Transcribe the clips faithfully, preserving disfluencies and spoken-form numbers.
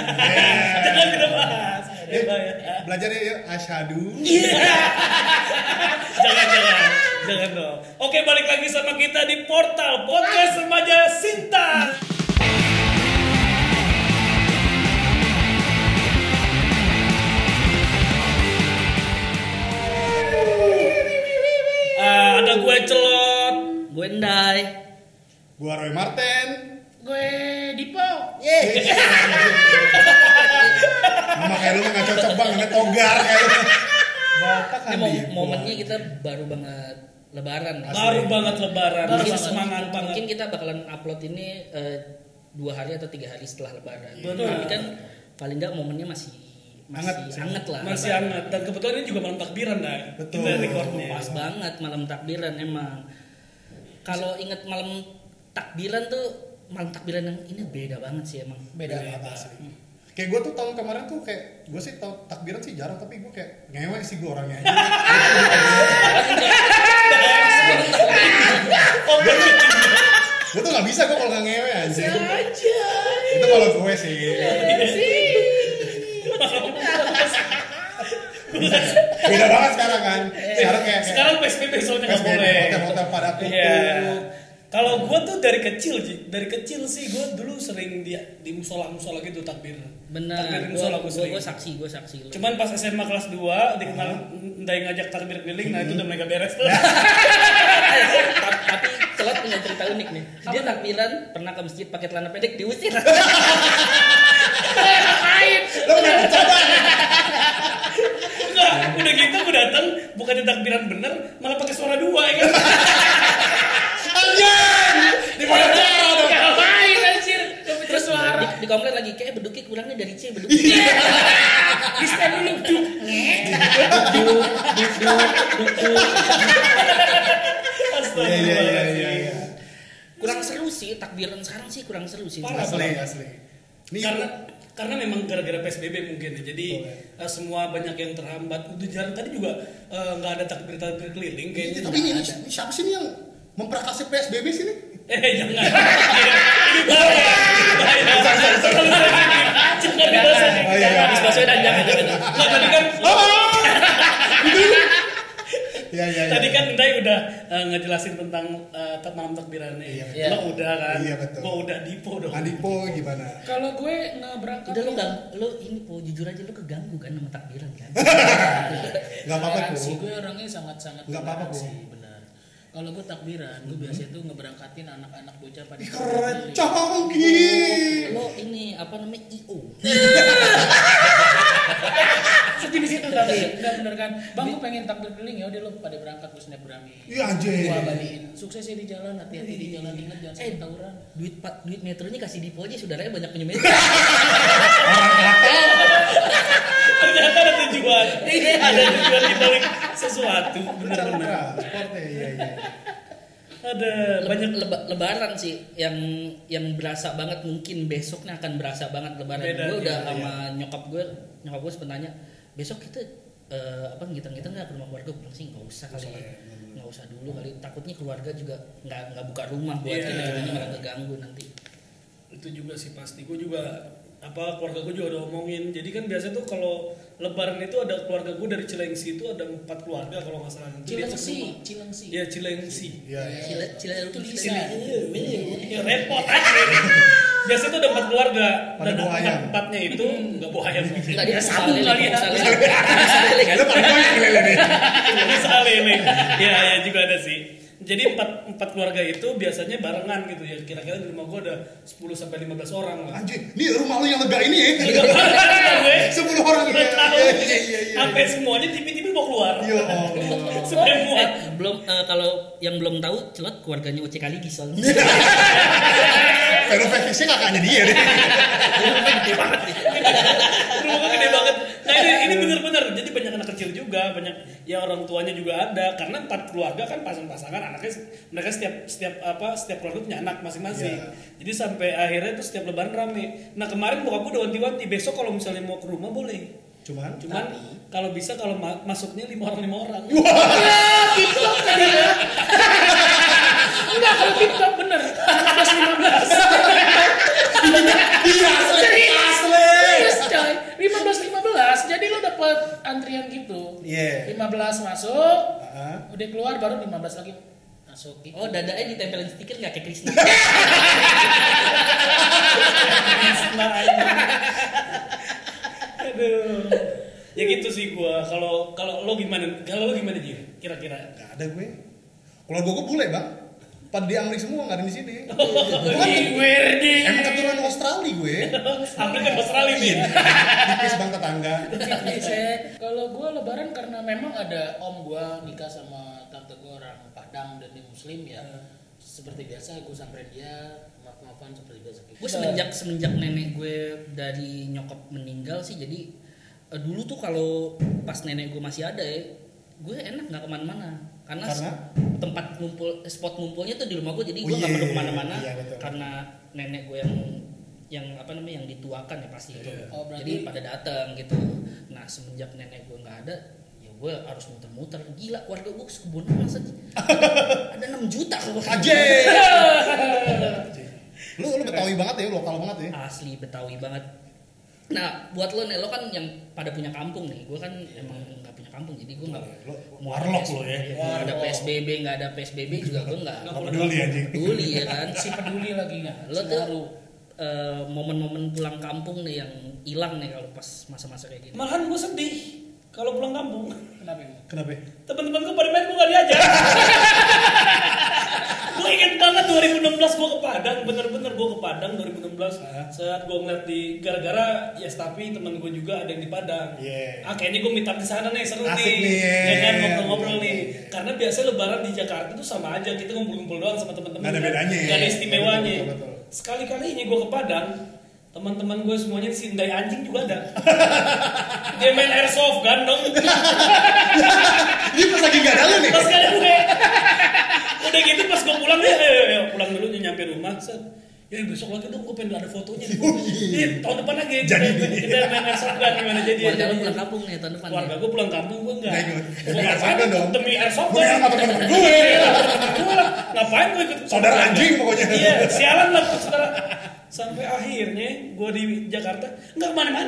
Jangan kita bahas. Belajar ya asyhadu. Jangan jangan jangan dong. Oke, balik lagi sama kita di Portal Podcast Remaja Sinta. Uh, ada gue Celot, gue Endai, gue Roy Martin, gue Dipo. Nama kayak lu mah gak cocok banget, namanya Togar kayak lu. Batak kan Ini Dipo. momennya kita baru banget Lebaran. baru banget Lebaran, Mungkin, mungkin semangat banget. mungkin kita bakalan upload ini uh, dua hari atau tiga hari setelah Lebaran. Betul. Tapi kan paling nggak momennya masih masih Hangat. hangat lah. Masih Lebaran. hangat dan kebetulan ini juga malam takbiran dah. Betul. Kita recordnya. Pas banget malam takbiran emang. Kalau inget malam takbiran tuh malam takbiran yang ini beda banget sih emang. Beda banget sih. Kayak gue tuh tahun kemarin tuh kayak gue sih tahun takbiran sih jarang, tapi gue kayak ngewe sih gue orangnya aja. Gue tuh nggak bisa gue kalau nggak ngewe aja. Itu kalau gue sih. Beda banget sekarang kan. Sekarang kayak Sekarang P S B B soalnya nggak boleh. Hotel-hotel pada tutup. Iya. Kalau gue tuh dari kecil, Ji. Dari kecil sih gue dulu sering di di musola-musola gitu takbir. Benar. Takbir di musola gue sering. Gue saksi, gue saksi. Cuman pas S M A kelas dua dikenal Ndai ngajak takbir keliling, nah itu udah mereka beres tuh. Tapi Celot punya cerita unik nih. Dia takbiran pernah ke masjid pakai celana pendek diusir. Lo udah coba. Enggak, udah gitu gue datang bukan di takbiran bener, malah pakai suara dua ya kan. Anjir. Di mana cara dong? Ngapain anjir? Terus di, di komplain lagi kayak beduknya kurangnya dari C beduk. Di stand dulu duk. Duk duk duk duk. Iya iya iya iya iya. Kurang seru sih takbiran sekarang sih kurang seru sih. Parah. Asli asli. Nih Karena karena memang gara-gara P S B B mungkin ya. Jadi Betul, uh, semua banyak yang terhambat. Udah jarang tadi juga nggak uh, ada takbir-takbir keliling kayaknya. tapi ini, ini siapa sih nih yang memperakasi P S B B sini? Eh jangan. Ini bahaya. Ini bahaya. Jangan dibahas ini. Oh, iya, iya. Habis Baswedan jangan jangan. Nggak, tadi kan Iya iya. tadi kan Ndai udah uh, ngejelasin tentang uh, malam takbirannya. Iya, Lo udah kan? Iya, betul. Gua udah Dipo dong. Adipo gimana? Kalau gue nggak berangkat. Udah lu enggak lu ini po jujur aja lu keganggu kan sama takbiran kan. Enggak apa-apa Toleransi tuh. gue orangnya sangat-sangat Nggak apa-apa, toleransi, Bu. benar. Kalau gue takbiran, gue biasa itu ngeberangkatin anak-anak bocah pada Ih, keren, canggih. Lo ini apa namanya I O. Sedih di situ tapi nggak bener kan? Bang, gue pengen takbir keliling ya, udah lo pada berangkat gue snapgrami. Iya anjir. Gua abadiin. Sukses ya di jalan, hati-hati di jalan, ingat jangan sampai tawuran. Duit pat duit metronya kasih Dipo aja saudaranya banyak punya metro. Ternyata ada tujuan. Ada tujuan di balik sesuatu. Benar-benar. Transportnya iya iya. Ada banyak banyak leba- lebaran sih yang yang berasa banget, mungkin besoknya akan berasa banget lebaran. Beda, Gue udah iya, sama nyokap gue, nyokap gue sempat nanya, besok kita eh, apa ngitung-ngitung nggak ke rumah keluarga? Gue bilang sih nggak usah kali, nggak usah dulu kali. Takutnya keluarga juga nggak nggak buka rumah buat Iya. kita, kitanya malah keganggu nanti. itu juga sih pasti. Gue juga apa keluarga gue juga udah ngomongin. Jadi kan biasa tuh kalau Lebaran itu ada keluarga gue dari Cilengsi itu ada empat keluarga kalau nggak salah. Jadi dia Cilengsi, semua- Cilengsi. Iya Cilengsi. Iya iya. Cile cile Itu cile- bisa. Ya repot aja. Biasa tuh ada empat keluarga Pada dan bawa ayam. empatnya itu nggak bawa ayam. Nggak dia sabun sabun kali ya. kan. Lu paling banyak lele nih. Bisa lele. Ya ya juga ada sih. Jadi empat empat keluarga itu biasanya barengan gitu ya. Kira-kira di rumah gue ada sepuluh sampai lima belas orang lah. Anjir, nih rumah lu yang lega ini ya. Gue sepuluh orang ya. tahu. Iya iya iya iya. Sampai semuanya tiba-tiba mau keluar. Ya Allah. Semua. Eh, belum eh, kalau yang belum tahu Celot keluarganya O C Kaligi soalnya. Vero Fetishnya kakaknya dia deh. Gede banget nih. Rumah gede banget. Nah ini ini benar-benar. Jadi banyak anak kecil juga, banyak ya orang tuanya juga ada. Karena empat keluarga kan pasang-pasangan, anaknya mereka setiap setiap apa setiap keluarga punya anak masing-masing. Yeah. Jadi sampai akhirnya itu setiap lebaran rame. Nah kemarin bokap gue udah wanti-wanti, besok kalau misalnya mau ke rumah boleh. Cuman Cuman kalau bisa kalau ma- masuknya lima orang lima orang. TikTok tadi ya. Enggak, kalau TikTok bener. lima belas lima belas. iya asli asli. Iya. lima belas masuk, Heeh. udah keluar baru lima belas lagi masuk. Oh, dadanya ditempelin stiker nggak kayak Krisna? Krisna aja. Aduh. Ya gitu sih gua. Kalau kalau lo gimana? Kalau lo gimana Jir? Kira-kira? Gak ada gue. Keluarga gue bule bang. Pada di Amrik semua nggak ada di sini. Werdi. Emang keturunan Australia gue. Hampir ke Australia nih. Tipis bang tetangga. Kalau gue lebaran karena memang ada om gue nikah sama tante gue orang Padang dan dia Muslim ya. Seperti biasa gue samperin dia maaf-maafan seperti biasa. Gue semenjak semenjak nenek gue dari nyokap meninggal sih, jadi eh, dulu tuh kalau pas nenek gue masih ada ya, gue enak nggak kemana-mana karena, Karena? tempat ngumpul spot ngumpulnya tuh di rumah gue, jadi Oh gue nggak iya, perlu kemana-mana iya, betul. karena nenek gue yang yang apa namanya yang dituakan ya pasti itu. Oh, berarti- Jadi pada datang gitu. Nah semenjak nenek gue nggak ada, ya gue harus muter-muter. Gila, keluarga gue sekebun aja. Ada enam juta keluarga. Aja. Lu lu Betawi banget ya, lokal banget ya. Asli Betawi banget. Nah, buat lo nih, lo kan yang pada punya kampung nih. Gue kan emang nggak punya kampung, jadi gue nggak Lo mau warlock ada lo ya. mau ada P S B B, nggak ada P S B B juga gue nggak Nggak peduli anjing. peduli ya kan. Si peduli lagi nggak? Lo tuh eh, momen-momen pulang kampung nih yang hilang nih kalau pas masa-masa kayak gini. Malahan gue sedih kalau pulang kampung. Kenapa emang? Kenapa? Teman-teman gue pada main gue gak diajak. Gue inget banget dua ribu enam belas gue ke Padang, bener-bener gue ke Padang dua ribu enam belas saat gue ngeliat di gara-gara ya tapi teman gue juga ada yang di Padang. Yeah. Ah kayaknya gue meet up di sana nih seru Asik nih, nih. ya kan ngobrol-ngobrol nih. Yeah, yeah. Karena biasa Lebaran di Jakarta tuh sama aja kita ngumpul-ngumpul doang sama teman-teman. Nggak ada kan. bedanya ya. Nggak ada istimewanya. Betul, betul, betul. Sekali-kalinya gue ke Padang, teman-teman gue semuanya sindai anjing juga ada. Dia main airsoft gandong. Ini pas lagi nggak ada lu nih. Pas kali gue udah gitu pas gue pulang deh, ayo, ayo pulang dulu nih nyampe rumah. Set. Ya besok lagi dong gue pengen ada fotonya. Oh, iya. Nih, tahun depan lagi Jadi kita, nih. kita main airsoft kan gimana jadi. Keluarga lo pulang kampung nih tahun depan. Keluarga ya? gue pulang kampung gue enggak. Nggak ikut. Gua Demi ngapain airsoft dong. Demi airsoft Gue sama temen-temen gue. Gue lah, ngapain gue ikut Saudara anjing pokoknya. Iya, sialan lah saudara. Sampai akhirnya gue di Jakarta nggak kemana-mana.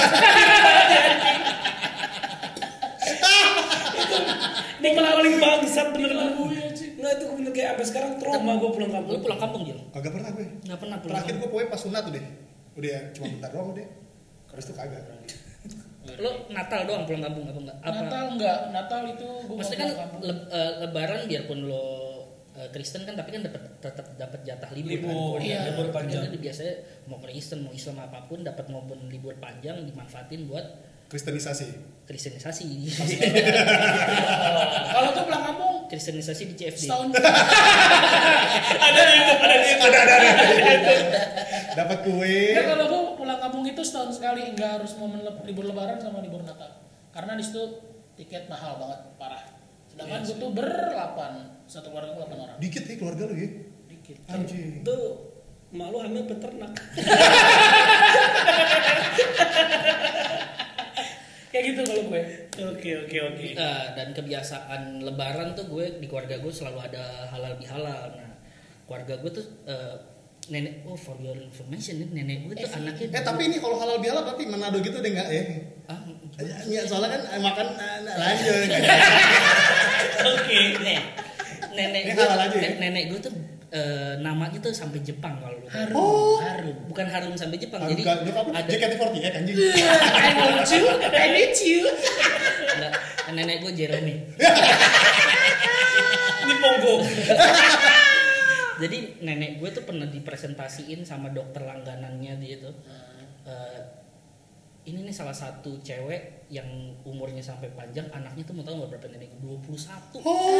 Ini paling bangsat bener-bener. Nggak itu bener kayak sampai sekarang trauma gue pulang kampung. Lo pulang kampung Jil? Kagak pernah gue. Nggak pernah pulang Terakhir kampung. gue pokoknya pas sunat tuh deh. Udah ya, cuma bentar doang udah. Terus tuh kagak. Lo Natal doang pulang kampung apa enggak? Apa? Natal enggak, Natal itu gue Maksudnya kan le- eh, Lebaran biarpun lo eh, Kristen kan, tapi kan dapat tetap dapat jatah libur. Libur, kan? iya, libur panjang. Jadi biasanya mau Kristen mau Islam apapun dapat momen libur panjang dimanfaatin buat Kristenisasi. kristenisasi. Kalau tuh pulang kampung Kristenisasi di C F D. setahun Ada di YouTube, ada di YouTube. Ada ada ada. Dapat kue. ya kalau gue pulang kampung itu setahun sekali, enggak harus momen le- libur lebaran sama libur Natal. Karena di situ tiket mahal banget, parah. Sedangkan gue tuh berlapan, satu keluarga gue delapan orang. Dikit ya keluarga lu ya. Dikit. Anjing. Itu malu hamil peternak. Kayak gitu kalau gue. Oke oke oke. Eh, dan kebiasaan Lebaran tuh gue di keluarga gue selalu ada halal bihalal. Nah, keluarga gue tuh eh, nenek, oh for your information nih, nenek gue tuh anaknya. Eh tapi ini kalau halal bihalal berarti Manado gitu deh nggak ya? ah, Ya, soalnya kan eh, makan eh, lanjut. Oke. nih, nenek Ini gue, halal aja ya? nenek gue tuh eh, namanya tuh sampai Jepang kalau lu tahu. Harum, Oh. harum. Bukan harum sampai Jepang, Jadi jadi ada ada J K T empat puluh delapan anjing. I need you, I need you. enggak, nenek gue Jeremy. Ini Pongo. Jadi nenek gue tuh pernah dipresentasiin sama dokter langganannya dia tuh. Eh, ini nih salah satu cewek yang umurnya sampai panjang, anaknya tuh mau tahu nggak berapa nenek gue? dua puluh satu.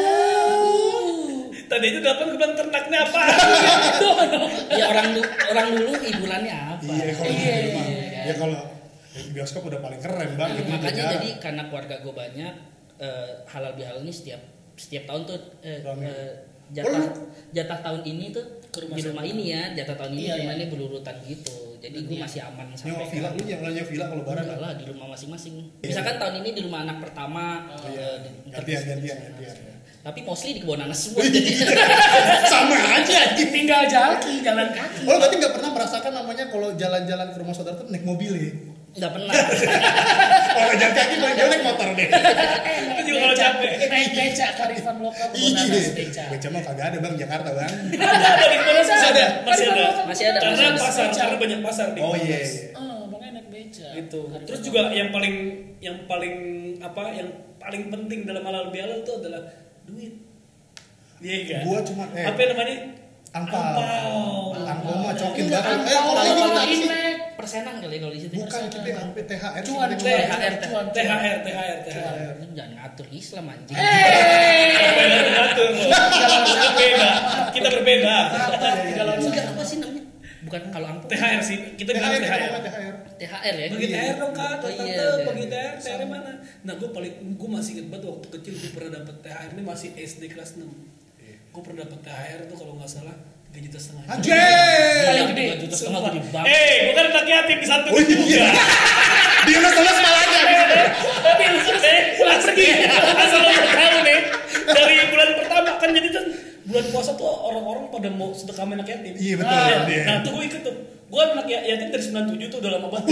Tadi itu dapat gue bilang ternaknya apa? Ya orang du- orang dulu hiburannya apa? Iya kalau Iya, gitu mah. iya, iya. Ya kalau bioskop udah paling keren bang. Gitu Makanya jarang. jadi karena keluarga gue banyak, eh, halal bihalal ini setiap setiap tahun tuh eh, Rame. eh, jatah Oh, jatah tahun ini tuh Ke rumah di rumah siapa? ini ya, jatah tahun ini Iya, rumah iya. ini berurutan gitu. Jadi gue masih aman nyewa sampai villa lu yang nyewa villa kalau lebaran enggak kan? lah di rumah masing-masing. Iya. Misalkan tahun ini di rumah anak pertama, Oh, eh, iya. di- Gantian gantian gantian. tapi mostly di kebun nanas semua. Jadi Sama aja anjing. Tinggal jalan, jalan kaki. Oh berarti nggak pernah merasakan namanya kalau jalan-jalan ke rumah saudara tuh naik mobil ya? Nggak pernah. Kalau jalan kaki paling jelek motor deh. Itu juga kalau capek. Naik beca karifan lokal Iya. Bonanas beca. Beca mah kagak ada Bang Jakarta Bang. Ada di mana masih ada, masih ada. Masih ada, Karena masih ada. pasar, karena banyak pasar di. Oh iya. Monas. iya. Oh, makanya naik beca. Gitu. Karifan Terus lokal. juga yang paling yang paling apa yang paling penting dalam halal bihalal itu adalah duit. Iya kan? Gua cuma eh Apa namanya? angpau. Angpau. Angpau mah cokin Enggak, banget. Eh angpau kalau ini kalau gimana sih? Inek. Persenan kali kalau di situ. Bukan tapi sampai T H R. Cuan, sih, T cuan, H R, cuan, T H R, T H R, T H R. Lu jangan ngatur Islam anjing. Ngatur, berbeda. Kita berbeda. Enggak apa sih namanya? Bukan kalau angpau. T H R sih, kita T H bilang R T H R. T H R. T H R ya. Bagi T H R dong kak, Oh, tante, iya, iya. bagi T H R, T H R mana? Nah gue paling, gue masih inget banget waktu kecil gue pernah dapet T H R ini masih S D kelas enam. Gue pernah dapet T H R tuh kalau nggak salah tiga juta setengah. Anjir. Paling gede. tiga juta setengah gede banget. Eh, gue kan anak yatim di satu Oh, iya. juga. Dia udah sama semalanya. Tapi eh, pulang pergi. Asal lo tahu nih, dari bulan pertama kan jadi kan bulan puasa tuh orang-orang pada mau sedekah sama anak yatim. Iya, betul, Nah, iya. nah tuh gue ikut tuh. Gue anak ya- yatim dari sembilan puluh tujuh tuh udah lama banget.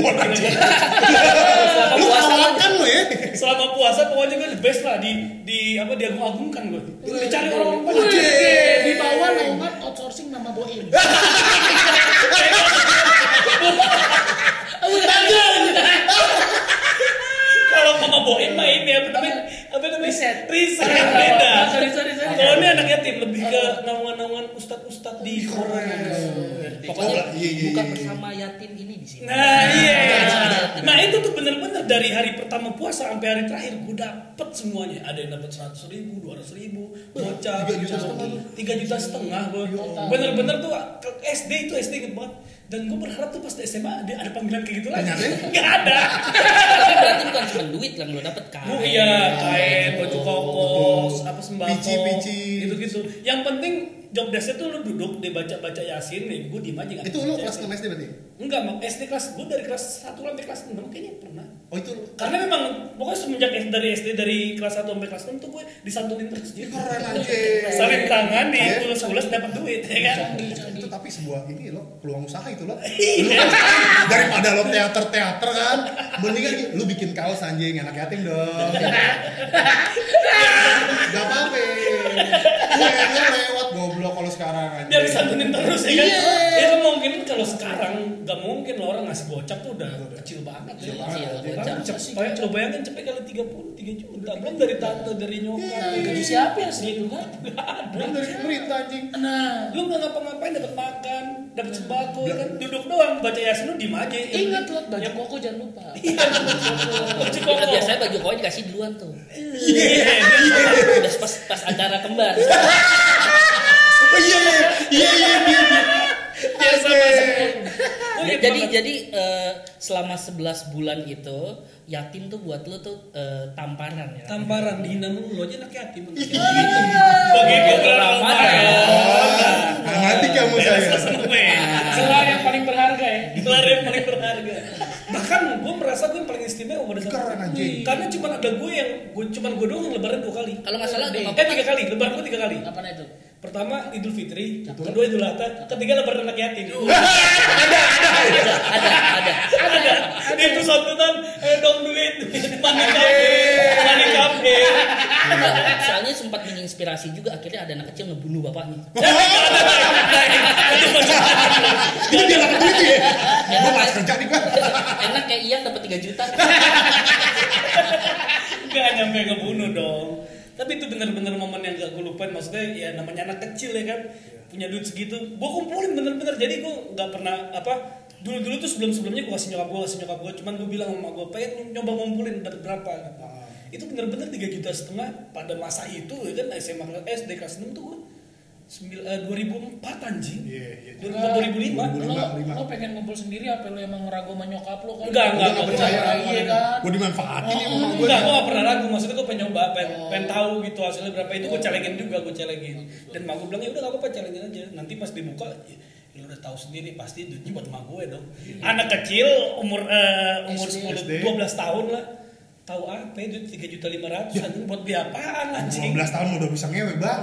Lu kawakan lo ya. Selama puasa pokoknya gue the best lah di di apa diagung-agungkan gue. Dicari orang-orang banyak. Wih, di bawah naungan outsourcing Mama Boim. Kalau Mama Boim mah ini apa namanya? Apa namanya? Riset. Riset beda. Sorry, sorry, sorry. Kalau ini anak yatim lebih ke naungan-naungan ustad-ustad di Korea. Pokoknya Iya, iya, buka iya. bersama yatim ini di sini. Nah iya, Nah, nah itu tuh bener-bener dari hari pertama puasa sampai hari terakhir gue dapet semuanya. Ada yang dapet seratus ribu, dua ratus ribu, bocah, tiga juta bocah, setengah. tiga juta setengah gue. Bener-bener tuh ke S D itu S D inget banget. Dan gue berharap tuh pas di S M A ada, ada panggilan kayak gitu lagi. Ternyata? Nggak ada. Tapi berarti bukan cuma duit yang lo dapet kan. Oh iya, kain, baju koko, apa sembako, Pici-pici. gitu-gitu. Yang penting job desk-nya tuh lu duduk dia baca-baca Yasin nih, gue diem aja nggak Itu baca lu Yasin. kelas enam S D berarti? Enggak, Mak. S D kelas gue dari kelas satu sampai kelas enam kayaknya pernah. Oh itu Karena memang pokoknya semenjak dari S D dari kelas satu sampai kelas enam tuh gue disantunin terus jadi keren anjir. saling tangan di Iya. ulus-ulus dapat duit ya kan. Itu tapi sebuah ini lo peluang usaha itu lo. Iya. Daripada lo teater-teater kan, mendingan lu bikin kaos anjing anak yatim dong. Gak apa-apa. Gue lewat goblok kalau sekarang anjing. Biar disantunin terus ya kan. Iya. Ya mungkin kalau sekarang nggak mungkin lo orang ngasih gocap tuh udah kecil banget. Kecil ya. banget, Kecil gocap. banget. Cepet, lo bayangin cepet kali tiga puluh tiga juta. Belum dari tante, dari nyokap. Nah, ya. gaji siapa yang segitu kan? Belum dari pemerintah anjing. Nah, Lu nggak ngapa-ngapain dapat makan, dapat sembako ya kan. Duduk doang baca Yasin lu diem aja. ingat lo baju Ya, koko jangan lupa. baju koko. Nah, biasanya baju kowe dikasih duluan tuh. Iya. Udah pas pas acara kembar. Oh iya iya iya iya. Biasa masuk. Oh, Ya, iya, jadi banget. jadi eh, selama sebelas bulan itu yatim tuh buat lu tuh eh, tamparan ya. tamparan dihina mulu lo aja anak yatim. Anak Iya. yatim. Bagi gue Ramadan. Nah, nanti kamu saya. Setelah yang paling berharga ya. Gelar yang paling berharga. Bahkan gue merasa gue yang paling istimewa pada saat Keren, itu. anjing. Karena cuma ada gue yang gue cuma gue doang yang lebaran dua kali. Kalau nggak salah Eh, nggak Eh tiga kali, lebaran gue tiga kali. Apa itu? Pertama Idul Fitri, kedua Idul Adha, ketiga lebaran anak yatim. ada ada ada. Ada. Itu santunan eh dong duit, money kafe, money kafe. Enggak, soalnya sempat menginspirasi juga akhirnya ada anak kecil ngebunuh bapaknya. Itu dia dapat duit ya. Gue pas kerja nih gua. Enak kayak Ian dapat tiga juta. Gak nyampe ngebunuh dong. Tapi itu bener-bener momen yang gak gue lupain. Maksudnya ya namanya anak kecil ya kan, punya duit segitu, gue kumpulin bener-bener. Jadi gue nggak pernah apa. Dulu-dulu tuh sebelum-sebelumnya gue kasih nyokap gue, kasih nyokap gue. Cuman gue bilang sama gue pengen nyoba ngumpulin dapat berapa. Gitu. Itu bener-bener tiga juta setengah pada masa itu ya kan S M A S D kelas enam tuh gue dua ribu empat anjing. Iya, iya. dua ribu empat dua ribu lima. Lo, Lima, lima. lo pengen ngumpul sendiri apa lo emang ragu sama nyokap lo kan? Enggak, enggak, Gue gak percaya. Iya kan? Gue dimanfaatin ya sama gue. Enggak, gue gak pernah ragu. Maksudnya gue pengen nyoba, pengen, pengen tahu gitu hasilnya berapa. Itu gue celengin juga, gue celengin. Dan mak gue bilang ya udah gak apa-apa, celengin aja. Nanti pas dibuka, ya, ya udah tahu sendiri pasti duitnya buat mak gue dong. Anak kecil umur eh, umur S D. sepuluh dua belas tahun lah. Tahu apa ya, duit tiga juta lima ratus anjing buat beli apaan anjing? lima belas tahun udah bisa ngewe bang.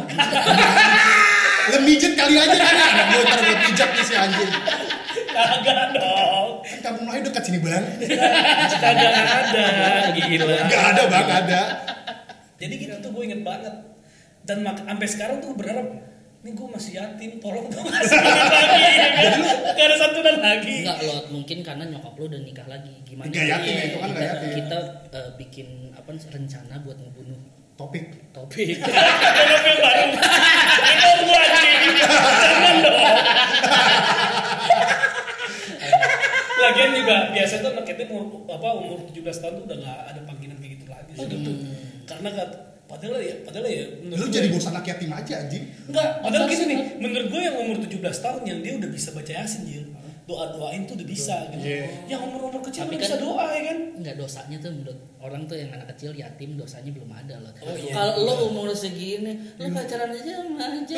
Lo mijet kali aja kan. Anak gue ntar gue pijat nih si anjing. Kagak dong. Kampung Melayu dekat sini bang. Kagak ada, gila. Gak ada bang, ada. Jadi gitu tuh gue inget banget. Dan mak- sampai sekarang tuh gue berharap, ini gue masih yatim, tolong dong kasih lagi. Gak ada santunan lagi. Enggak Lot, mungkin karena nyokap lo udah nikah lagi. Gimana? Gak yatim ya, itu kan kita, gak yatim. kita uh, bikin apa rencana buat ngebunuh Topik. Topik. Ada film baru. Itu gue anjing. Jangan dong. Lagian juga biasa tuh anak yatim umur apa umur tujuh belas tahun tuh udah gak ada panggilan kayak gitu lagi. Oh gitu. Karena kan padahal ya, padahal ya Lu jadi bos anak yatim aja anjing. enggak, padahal Masa gini sih, nih, menurut gue yang umur tujuh belas tahun yang dia udah bisa baca Yasin Jil. Doa-doain tuh udah bisa gitu. Yeah. Yang umur-umur kecil Tapi udah kan- bisa doa ya kan. Enggak, dosanya tuh menurut orang tuh yang anak kecil yatim dosanya belum ada loh. Oh, iya. Kalau lo umur segini, lo pacaran aja sama aja.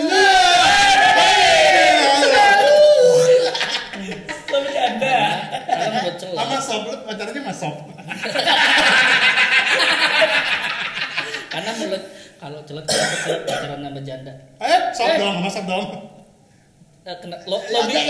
Lo bercanda. Karena buat celah. Sama sob, lu pacarnya mas sob. Karena menurut kalau celah celah pacaran sama janda. Eh, sob dong, sama sob dong. Eh, kena lo lo bingung.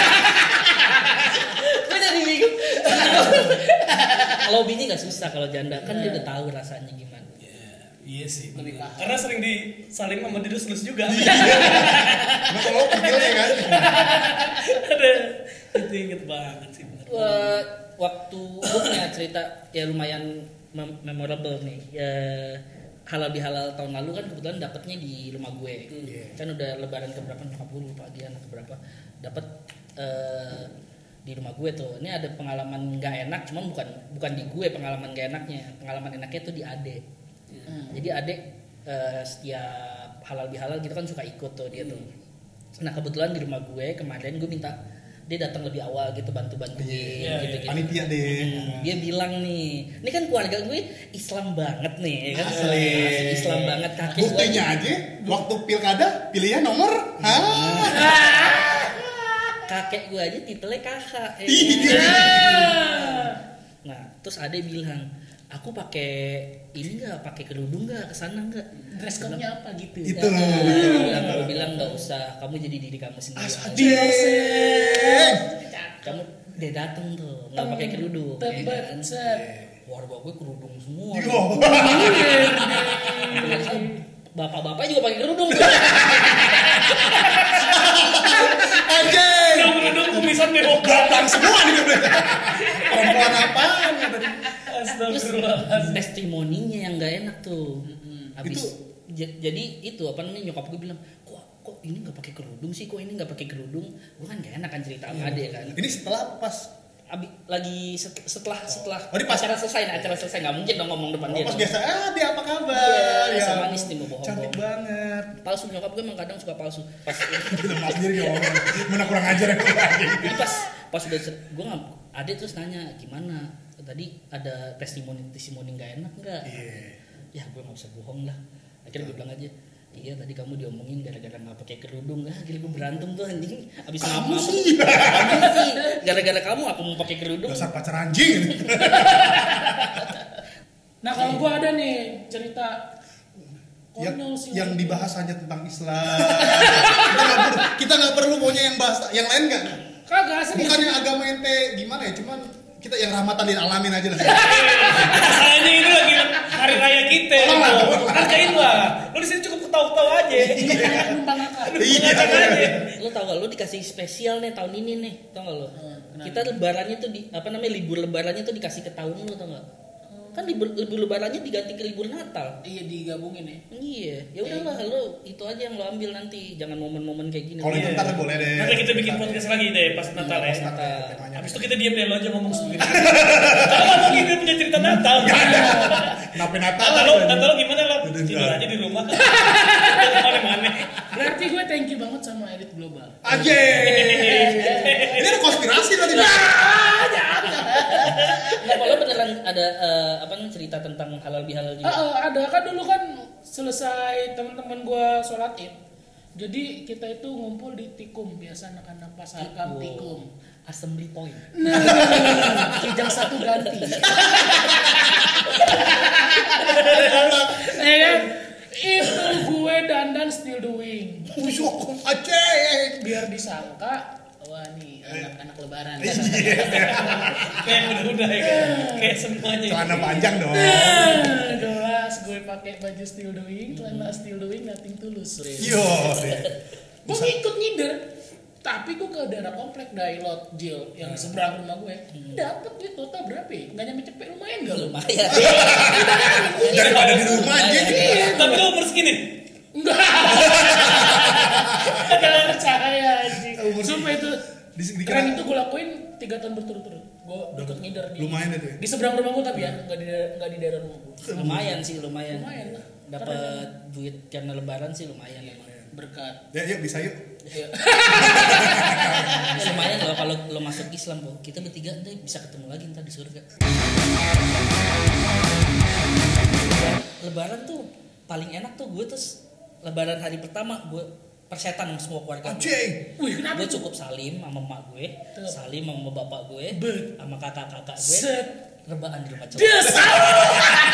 Gue jadi bingung. Kalau bini gak susah kalau janda kan dia udah tahu rasanya gimana. Iya sih, Menikah. karena sering disaling sama diri selus juga. Nah, kalau pentilnya kan. Ada, itu inget banget sih. bener. Wah, waktu gue punya cerita ya lumayan mem- memorable nih. Ya, halal bihalal tahun lalu kan kebetulan dapetnya di rumah gue. Iya. Kan udah lebaran keberapa nyokap gue lupa dia anak keberapa dapat eh, di rumah gue tuh. Ini ada pengalaman nggak enak, cuman bukan bukan di gue pengalaman nggak enaknya. Pengalaman enaknya tuh di Ade. Hmm. Jadi Ade eh, setiap halal bihalal gitu kan suka ikut tuh dia tuh. Nah kebetulan di rumah gue kemarin gue minta dia datang lebih awal gitu bantu-bantuin Iya, gitu-gitu. Panitia deh. Dia bilang nih, ini kan keluarga gue Islam banget nih, kan Asli. Asli Islam banget kakek gue. Buktinya aja, waktu pilkada pilihnya nomor. Hah? Kakek gue aja titelnya kakak. ya. Iya. Nah, terus Ade bilang, aku pakai ini nggak, pakai kerudung nggak, kesana nggak? Dress code-nya apa gitu? Itu. Bilang, aku bilang nggak usah, kamu jadi diri kamu sendiri. Asik. Kamu dia datang tuh, nggak pakai kerudung. ya Tebet, kan? set. Warga gue kerudung semua. Yo. Bapak-bapak juga pakai kerudung. Anjing. Udah berudung kumisan mewah. Gantang semua nih gue. Perempuan apaan ya tadi? Terus Astagfirullahaladzim. testimoninya yang nggak enak tuh. Habis Itu- j- jadi itu apa namanya nyokap gue bilang, kok kok ini nggak pakai kerudung sih, kok ini nggak pakai kerudung. Gue kan nggak enak kan cerita sama Ade kan. Ini setelah apa pas? Abi, lagi set- setelah setelah Oh, di pas- acara selesai, nah, acara selesai nggak mungkin dong ngomong depan Oh, dia. pas dong. biasa, ah dia apa kabar? Iya, sama manis nih, mau bohong. Cantik banget. Palsu, nyokap gue emang kadang suka palsu. Pas Kita mas sendiri ngomong. Mana kurang ajar ya lagi. jadi pas pas udah cer- gue nggak, Ade terus nanya gimana tadi ada testimoni testimoni nggak enak nggak? Iya. Ya gue nggak usah bohong lah. Akhirnya gue bilang aja, iya tadi kamu diomongin gara-gara nggak pakai kerudung. Ah gila gue berantem tuh anjing. Abis Kamu ngapa- sih. Kamu sih. Gara-gara kamu aku mau pakai kerudung. Dasar pacar anjing. Nah kalau gua ada nih cerita yang, konyol sih. yang dibahas hanya tentang Islam. kita nggak perlu, kita nggak perlu maunya yang bahas yang lain nggak? Kagak serius. Bukan yang agama ente gimana ya, cuman kita yang rahmatan lil alamin aja lah. Masalahnya ini lagi hari raya kita. Tolong lah, bro. tolong lah. Hargain lah. Lu di sini cukup ketawa-ketawa aja. Numpang akal. Iya. Ngacak aja. Lo tau gak, lo dikasih spesial nih tahun ini nih, tau gak lo? kenapa? Kita lebarannya tuh di apa namanya libur lebarannya tuh dikasih ke tahun lo, tau gak? Kan libur, libur lebarannya diganti ke libur Natal. Iya digabungin ya. Iya, ya udahlah lo itu aja yang lo ambil nanti, jangan momen-momen kayak gini. Kalau itu Iya. ntar boleh deh. Nanti kita bikin podcast lagi deh pas Natal ya. Pas Natal, temanya. Habis itu kita diam deh, lo aja ngomong sendiri. Kalau ngomong gitu punya cerita Natal. Kenapa Natal? Natal lo, Natal lo gimana lo? Udah Tidur enggak. aja di rumah. Udah kemana-mana. Berarti gue thank you banget sama Edit Global. Aja. Ini ada konspirasi tadi. Nggak, kalau beneran ada eh, apa namanya cerita tentang halal bihalal juga. Ah, ah, ada kan dulu kan selesai teman-teman gue sholat id. Jadi kita itu ngumpul di Tikum, biasa anak-anak pasar Kam Tikum. Assembly point. Nah, kijang satu ganti. Ya kan? Itu gue dandan still doing. Usuk aja. Biar disangka wah nih anak-anak lebaran. Iya. Kayak udah-udah ya kayak, kayak semuanya. Celana panjang dong. Jelas gue pakai baju still doing, celana still doing, nothing tulus. Yo. Gue ngikut ngider. Tapi gue ke daerah komplek Dailot Jil yang seberang rumah gue, dapet duit total berapa? Ya? Nggak nyampe cepet, lumayan gak lu? Lumayan. Daripada di rumah aja. Tapi lo umur segini? Enggak. Gak percaya anjing. Sumpah itu Di, di keren itu gue lakuin tiga tahun berturut-turut. Gue ikut ngider di. Lumayan itu ya. Di seberang rumah gue tapi ya, nggak di nggak di daerah rumah gue. Lumayan sih, lumayan. Lumayan lah. Dapat duit karena lebaran sih lumayan emang. Berkat. Ya, yuk bisa yuk. Ya. Ya, lumayan loh kalau lo masuk Islam, Bo. Kita bertiga nanti bisa ketemu lagi ntar di surga. Lebaran tuh paling enak tuh gue terus lebaran hari pertama gue persetan sama semua keluarga. Anjing. Wih, kenapa Gue tuh? cukup salim sama emak gue, Tuh. salim sama bapak gue, Bet. sama kakak-kakak gue. Set. Rebahan di rumah cowok. Dia salah.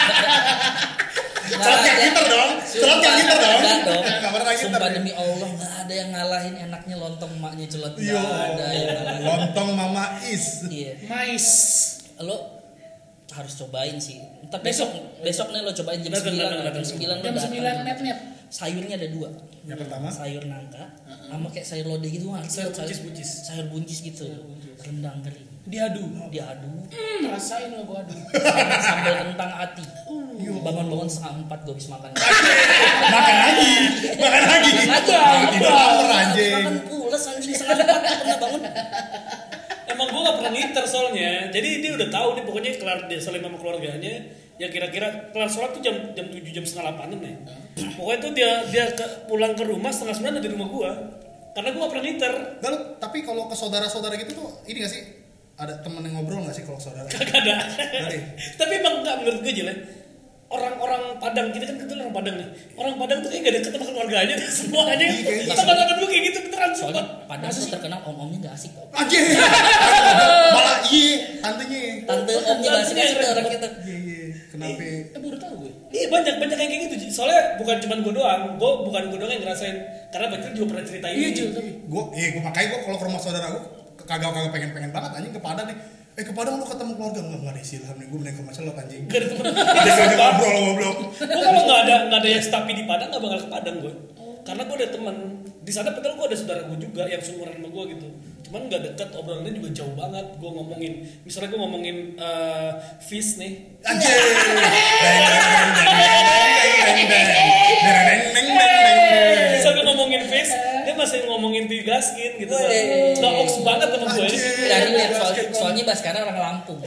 Celot yang gitar dong. Celot yang gitar dong. Enggak dong. Enggak pernah gitar. Sumpah demi Allah enggak ada yang ngalahin enaknya lontong emaknya celot. Yo. Enggak ada yang ngalahin. Lontong Mama Is. Iya. Mais. Lo harus cobain sih. Entar Besok. besok besok nih lo cobain jam Datang, sembilan, datang, jam datang. sembilan lo Jam datang. sembilan net-net. Sayurnya ada dua. Yang pertama. Sayur nangka sama kayak sayur lodeh gitu mah. Sayur buncis-buncis. Sayur buncis gitu. Rendang kering. Diadu. Diadu. Hmm, rasain lo gua adu. Sambal, sambal kentang ati. Bangun-bangun setengah empat gue habis makan. Makan lagi. Makan lagi. Lagi. Tidak lapar anjing. Makan pules anjing setengah empat gak pernah bangun. Emang gue gak pernah nginter soalnya. Jadi dia udah tahu nih pokoknya kelar dia salim sama keluarganya. Ya kira-kira kelar sholat tuh jam jam tujuh jam setengah delapanan nih. Pokoknya tuh dia dia ke, pulang ke rumah setengah sembilan ada di rumah gua. Karena gua gak pernah nginter. Lalu tapi kalau ke saudara-saudara gitu tuh ini gak sih? Ada temen yang ngobrol gak sih kalau saudara? Kagak ada. Dari. Tapi emang enggak menurut gue jelek. Orang-orang Padang, kita kan kebetulan orang Padang nih. Orang Padang tuh kayak gak deket sama keluarganya semuanya. Iya, kayak gitu. Teman-teman gue kayak gitu beneran Soalnya sumpah. Padahal tuh terkenal om-omnya gak asik tau. Anjing. Malah iya, tantenya. Tante omnya gak asik asik tuh orang kita. Iya, iya. Kenapa? Eh baru tahu gue. Iya banyak banyak kayak gitu. Soalnya bukan cuma gue doang, gue bukan gue doang yang ngerasain. Karena Bacil juga pernah ceritain. Iya Jul tapi. Gue, iya, gue makanya gue kalau ke rumah saudara gue kagak kagak pengen pengen banget anjing ke Padang nih. Eh ke Padang lu ketemu keluarga enggak enggak ada istilah nih gue mending ke rumah celot anjing. Gak ada temen. Jadi aja ngobrol ngobrol. Gue kalau nggak ada nggak ada yang stapi di Padang nggak bakal ke Padang gue. Karena gue ada teman di sana, padahal gue ada saudara gue juga yang seumuran sama gue gitu. Cuman nggak dekat, obrolannya juga jauh banget. Gue ngomongin, misalnya gue ngomongin uh, fish nih. Anjing. Deng deng deng deng deng deng deng deng. Bisa gue ngomongin fish, dia masih ngomongin digaskin gitu. Wey. Nggak oks banget sama gue. Dari lihat soal, soalnya Baskara orang Lampung.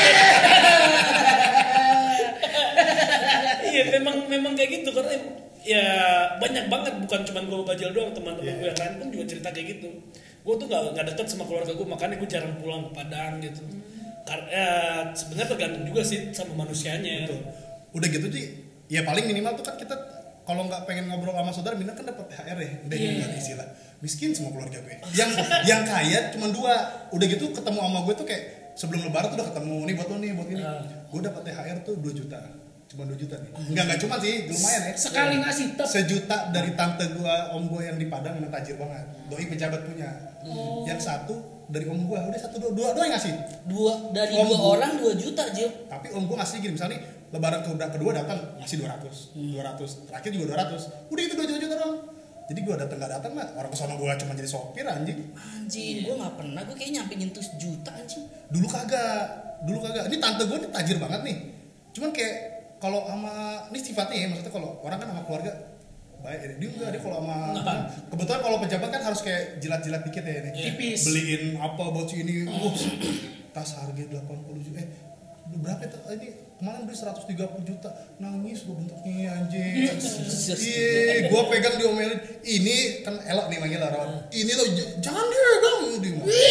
Iya memang memang kayak gitu karena ya banyak banget, bukan cuma gue Bajil doang, teman-teman Yeah. gue yang lain pun juga cerita kayak gitu. Gue tuh nggak nggak deket sama keluarga gue, makanya gue jarang pulang ke Padang gitu. Karena ya, sebenarnya tergantung juga sih sama manusianya. Betul. Udah gitu sih, ya paling minimal tuh kan kita kalau nggak pengen ngobrol sama saudara, minimal kan dapat T H R ya. Udah Iya. yeah. Gak ada istilah. Miskin semua keluarga gue. Yang yang kaya cuma dua. Udah gitu ketemu sama gue tuh kayak sebelum lebaran tuh udah ketemu nih buat lo nih buat ini. Ah. Gue dapat T H R tuh dua juta. Cuma dua juta nih. Enggak enggak cuma sih, lumayan ya. Sekali ngasih tep. Sejuta dari tante gua, om gua yang di Padang emang tajir banget. Doi pejabat punya. Oh. Yang satu dari om gua, udah satu dua dua, dua yang ngasih. Dua dari Om dua gua. orang dua juta Jil. Tapi om gua ngasih gini, misalnya nih, lebaran kedua, kedua datang ngasih dua ratus, dua ratus, terakhir juga dua ratus. Udah itu dua juta juta dong. Jadi gua datang enggak datang mah orang kesana gua cuma jadi sopir anjing. Anjing, gue gak pernah, gue kayak nyampe nyentuh sejuta anjing. Dulu kagak, dulu kagak. Ini tante gua nih tajir banget nih. Cuman kayak kalau sama ini sifatnya ya, maksudnya kalau orang kan sama keluarga baik ya, dia enggak, dia kalau sama kebetulan kalau pejabat kan harus kayak jilat-jilat dikit ya ini. Tipis. Beliin apa buat si ini, uh, tas harga delapan puluh juta, eh berapa itu ini kemarin beli seratus tiga puluh juta, nangis gua bentuknya anjing. Iya, gua pegang diomelin, ini kan elok nih manggil Ron. Ini lo j- jangan dipegang di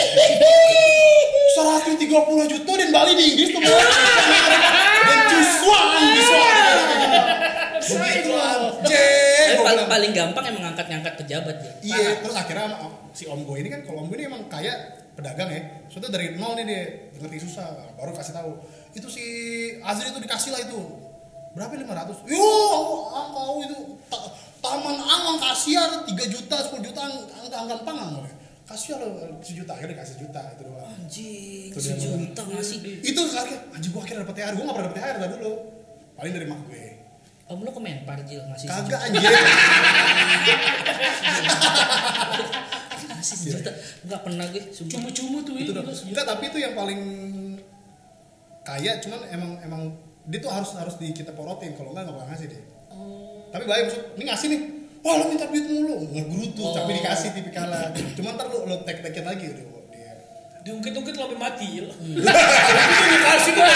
seratus tiga puluh juta dan Bali di Inggris tuh. Dan cusuan di suara. Begitu anjing. Tapi paling, paling gampang emang ngangkat-ngangkat pejabat ya. Iya, terus akhirnya sama si om gue ini kan, kalau om gue ini emang kaya pedagang ya. Soalnya dari nol nih dia, ngerti susah, baru kasih tahu. Itu si Azri itu dikasih lah itu. Berapa lima ratus? Yo, angkau itu ta- taman angang kasihan tiga juta, sepuluh juta ang- angka angka pangang. kasih lo sejuta, akhirnya dikasih sejuta itu doang. Anjing, Itu dia sejuta ngasih. Itu akhirnya anjing gua akhirnya dapet T H R, gua nggak pernah dapet T H R dari dulu, paling dari mak gue. Om lo ke Menpar Jil ngasih Kagak sejuta. anjir. Ngasih sejuta. Enggak pernah gue. Sumpah. Cuma-cuma tuh Itu ini. udah. Enggak, tapi itu yang paling kaya, cuman emang emang dia tuh harus harus di kita porotin, kalau enggak enggak bakal ngasih dia. Oh. Tapi baik maksud, ini ngasih nih. Wah, lo minta duit mulu, ngegerutu, Oh. tapi dikasih tipikalnya. Cuman ntar lo lo tek-tekin lagi udah dia. Diungkit-ungkit lo sampai mati ya. Itu dikasih tuh.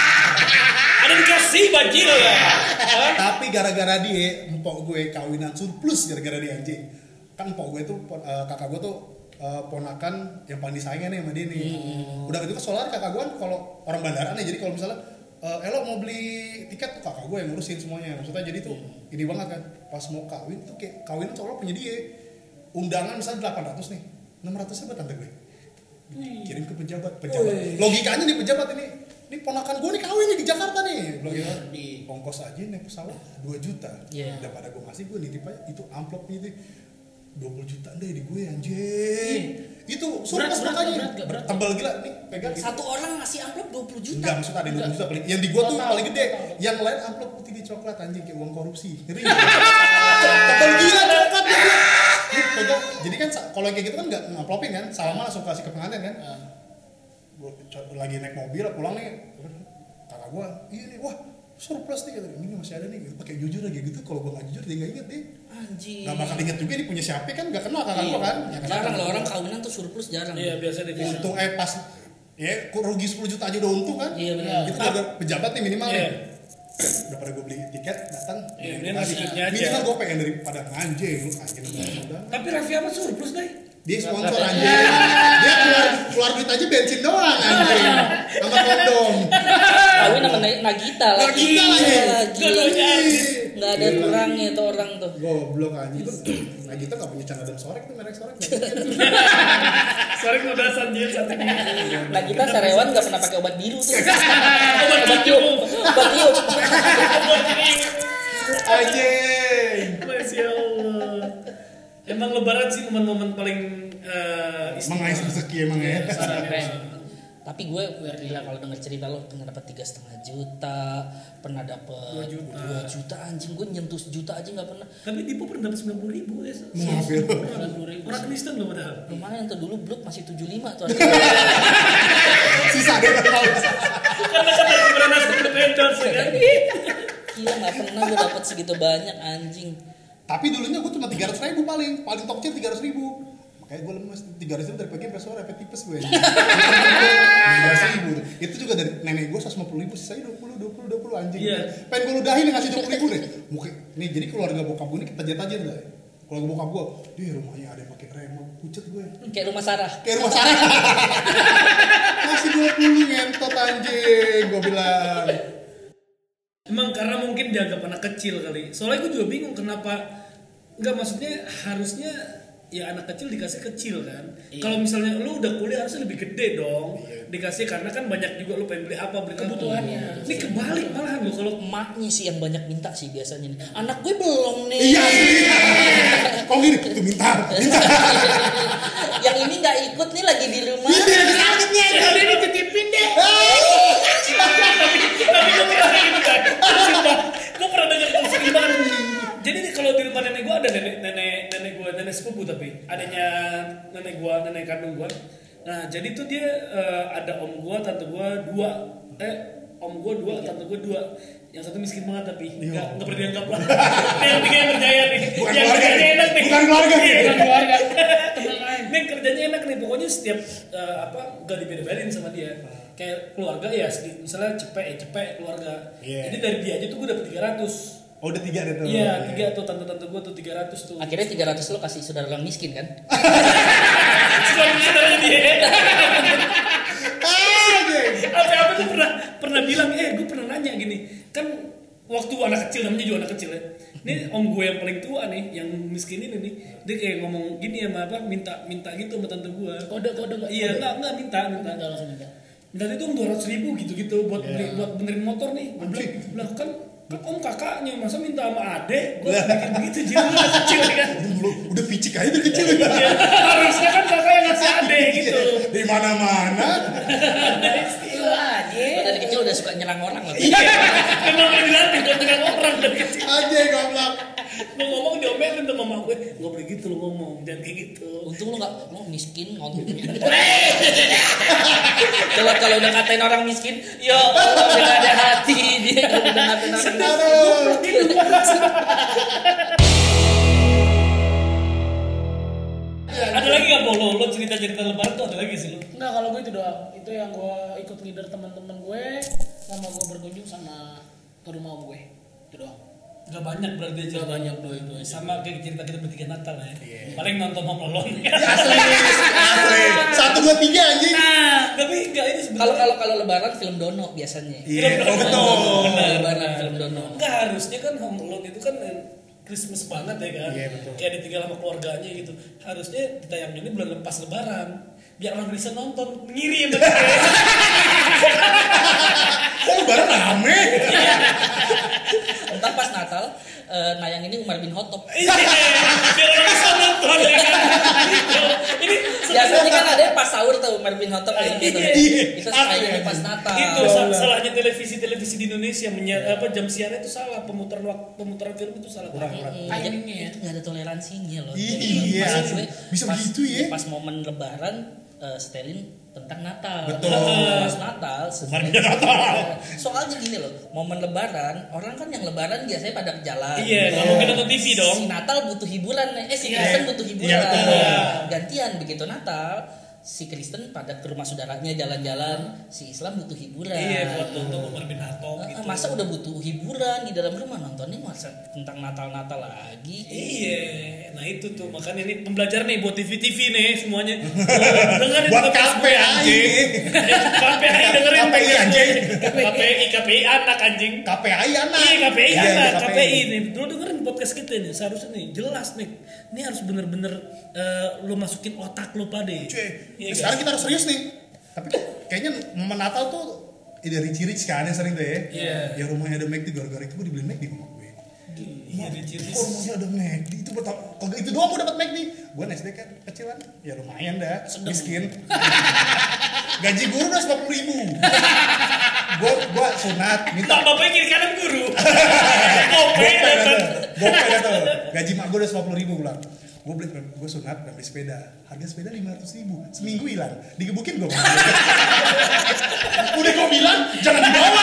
Ada dikasih bajil ya. Tapi gara-gara dia, empok gue kawinan surplus gara-gara dia anjing. Kan empok gue tuh uh, kakak gue tuh uh, ponakan yang paling disayangin nih sama dia nih. Hmm. Udah gitu ke solar kakak gue kan kalau orang bandara nih, jadi kalau misalnya uh, Elo mau beli tiket tuh kakak gue yang ngurusin semuanya. Maksudnya jadi tuh hmm. ini banget kan. Pas mau kawin tuh kayak kawinan seolah punya dia. Undangan misalnya delapan ratus nih. enam ratus buat tante gue. Kirim ke pejabat, pejabat. Wih. Logikanya nih pejabat ini. Ini ponakan gue nih kawin nih di Jakarta nih. Bilang gitu. Di Ongkos aja naik pesawat dua juta. Yeah. Daripada gue ngasih, gue nitip aja itu amplopnya itu dua puluh juta deh di gue anjing. Itu surplus berat, makanya. berat, berat, berat. Tebal gila nih, pegang gitu. Satu orang ngasih amplop dua puluh juta. Enggak, maksudnya ada dua puluh juta paling. Yang di gue tuh Total, paling gede. total. Yang lain amplop putih di coklat anjing kayak uang korupsi. Ngeri. Tebal gila coklat dia. Nih, pegang. Jadi kan kalau kayak gitu kan enggak ngamplopin kan, salaman langsung kasih ke pengantin kan. Gue lagi naik mobil pulang nih. Kakak gue, iya nih, wah surplus nih, ini masih ada nih, pakai jujur aja gitu. Kalau gue nggak jujur dia nggak inget deh. Anjing. Nggak bakal inget juga ini punya siapa kan, nggak kenal kakak Iya. gue kan. Ya, Jarang lah orang kawinan tuh surplus jarang. Iya biasa di visa. Untung eh pas ya rugi sepuluh juta aja udah untung kan. Iya, benar. Itu ada pejabat nih minimal Iya. nih. Daripada gue beli tiket datang, Iya, ya, mendingan kasih. tiketnya aja. Minimal gue pengen daripada anjing lu anjing udah. Tapi Raffi Ahmad surplus deh. Dia sponsor anjing. Dia keluar keluar duit aja bensin doang anjing. Sama kondom. Kawin sama Na- Nagita lagi. Nagita lagi. Dua-duanya Enggak ada kurangnya tuh orang tuh. Goblok anjing itu. Nah kita gak punya canda dan sorek tuh merek sorek. Sorry kalau udah sanjil satu ini. Nagita Sarewan enggak pernah pakai obat biru tuh. Obat tiup. Obat tiup. Anjing. Masya Allah. Emang lebaran sih momen-momen paling uh, Mengais rezeki emang ya. Keren. Tapi gue gila kalau denger cerita lo pernah dapat tiga setengah juta, pernah dapat Dua juta. dua juta anjing gue nyentuh sejuta aja nggak pernah. Tapi Dipo pernah dapat sembilan puluh ribu ya. Mobil. Orang Kristen loh padahal. Lumayan tuh dulu blok masih tujuh puluh lima tuh. Sisa dia tahu. Karena kan lagi beranas endorse kan. Gila nggak pernah gue dapat segitu banyak anjing. Tapi dulunya gue cuma tiga ratus ribu paling, paling top tier tiga ratus ribu. Makanya gue lemes tiga ratus ribu dari pagi sampai sore, sampai tipes gue. tiga ratus ribu. Itu juga dari nenek gue seratus lima puluh ribu, sisanya dua puluh, dua puluh, dua puluh anjing. Iya. Pengen gue ludahin yang ngasih dua puluh ribu deh. Mungkin nih jadi keluarga bokap gue ini kita tajir dah. Keluarga bokap gue, di rumahnya ada yang pakai remote, pucet gue. Kayak rumah Sarah. Kayak rumah Sarah. Masih dua puluh ngentot anjing, gue bilang. Emang karena mungkin dianggap anak kecil kali. Soalnya gue juga bingung kenapa. Enggak, maksudnya harusnya ya anak kecil dikasih kecil kan. Iya. Kalau misalnya lu udah kuliah harusnya lebih gede dong. Iya. Dikasih karena kan banyak juga lu pengen beli apa, beli Kebutuhannya. Ini kebalik malahan lu kalau Emaknya sih yang banyak minta sih biasanya nih. Anak gue belum nih. Iya, iya. Kok gini, tuh minta. Yang ini nggak ikut nih lagi di rumah. Sakitnya Ya udah dititipin deh. tapi gue pernah kayak gitu kan. Sumpah, gue pernah dengar tuh sering banget. Jadi nih kalau di rumah nenek gue ada nenek nenek nenek gue nenek sepupu tapi adanya nenek gue nenek kandung gue. Nah jadi tuh dia uh, ada om gue tante gue dua eh om gue dua tante gue dua. Yang satu miskin banget tapi nggak nggak pernah dianggap lah. Yang tiga yang berjaya nih. Bukan yang keluarga kerjanya nih. enak nih. Bukan keluarga nih. Iya, Bukan keluarga. Teman lain. Nih kerjanya enak nih pokoknya setiap uh, apa gak dibeda-bedain sama dia. Kayak keluarga ya sedikit misalnya cepet ya cepet keluarga. Yeah. Jadi dari dia aja tuh gue dapet tiga ratus. Oh udah tiga deh tuh. Iya, tiga tuh tante-tante gue tuh tiga ratus tuh. Akhirnya tiga ratus lo kasih saudara orang miskin kan? Selain saudaranya dia. Anjing. Apa-apa tuh pernah pernah bilang, eh gue pernah nanya gini, kan waktu anak kecil namanya juga anak kecil ya. Ini om gue yang paling tua nih, yang miskin ini nih, dia kayak ngomong gini sama apa, minta minta gitu sama tante gue. Kode-kode nggak? Iya, enggak enggak minta minta. Minta langsung minta. Minta itu om dua ratus ribu gitu-gitu buat Iya. beli buat benerin motor nih. Gue bilang, Anjing. bilang kan kan om kakaknya masa minta sama adek, gue bikin begitu jadi lu anak kecil kan. Udah, udah picik aja dari kecil. Iya, harusnya kan kakak yang kemana-mana. Gua dari kecil udah suka nyerang orang loh. Iya. Kenapa dilatih buat nyerang orang dari kecil? Aja goblok. Lu ngomong diomelin sama mama gue, nggak boleh gitu lu ngomong, jangan kayak gitu. Untung lu nggak, lu miskin ngomong. Kalau kalau udah katain orang miskin, yo udah gak ada hati dia kalau udah ngatain orang miskin. Ada lagi nggak Polo? Lo cerita-cerita lebaran tuh ada lagi sih lo? Enggak, kalau gue itu doang. Itu yang gue ikut leader teman-teman gue, sama gue berkunjung sama ke rumah om gue. Itu doang. Gak banyak berarti aja. Gak banyak tuh itu aja. Sama kayak cerita kita bertiga Natal ya. Iya. Paling nonton Home Alone. Asli, asli. Satu dua tiga anjing. Nah, tapi enggak ini sebenarnya. Kalau kalau kalau lebaran film Dono biasanya. Iya, oh betul. Benar, lebaran film Dono. Enggak, harusnya kan Home Alone itu kan Christmas banget ya kan. Iya, betul. Kayak ditinggal sama keluarganya gitu. Harusnya ditayangin ini bulan lepas lebaran. Biar orang bisa nonton, ngirim ya. Oh lebaran rame. Ntar pas Natal uh, nayang ini Umar bin Khattab. Iya, biar orang bisa nonton ya kan. Ini Biasanya kan ada yang pas sahur tuh Umar bin Khattab kayak gitu. Iya. Itu tayangnya pas Natal. itu sa- salahnya televisi-televisi di Indonesia menyi- apa jam siarnya itu salah, pemutaran waktu pemutaran film itu salah. Kurang, kurang. Hmm, Timingnya ya. itu nggak ada toleransinya loh. Iya, maksud gue, bisa pas, begitu ya. Pas momen Lebaran uh, setelin tentang Natal. Betul. Pas Natal. Kemarin dia Natal. Soalnya gini loh, momen Lebaran orang kan yang Lebaran biasanya pada ke jalan. Iya, kalau kita nonton T V dong. Si Natal butuh hiburan nih. Eh si Iya. Kristen butuh hiburan. Iya, betul. Gantian begitu Natal. Si Kristen pada ke rumah saudaranya jalan-jalan, si Islam butuh hiburan. Iya, buat nonton Umar bin Khattab Eh, gitu. Masa udah butuh hiburan di dalam rumah nontonnya masa tentang Natal-Natal lagi. Iya, nah itu tuh makanya ini pembelajaran nih buat T V T V nih semuanya. Oh, dengerin Buat podcast K P gue, I. anjing. K P I dengerin K P I, podcast gue. anjing. K P I K P I anak anjing. K P I anak. Iya K P I Iya, anak, iya, K P I nih. Lu dengerin podcast kita nih, seharusnya nih jelas nih. Ini harus bener-bener eh, lu masukin otak lu pade. Cuy, Iya, sekarang guys? kita harus serius nih. Tapi kayaknya momen Natal tuh ide Richie Rich kan yang sering tuh ya. Iya. Ya rumahnya ada McD, gara-gara itu gue dibeliin McD sama gue. Iya, Richie Kok Rich. rumahnya ada McD? Itu pertama, kalau itu doang gue dapat McD. Gue S D kan kecilan, ya lumayan dah, miskin. Gaji guru udah sepuluh ribu. Gue gue sunat, minta Tak bapaknya kiri kanan guru. Gope Gope datang. Gope datang. Gaji mak gue udah sepuluh ribu pulang. Gue beli, gue sunat dan beli sepeda. Harga sepeda lima ratus ribu. Seminggu hilang. Digebukin gue. Udah gue bilang jangan dibawa.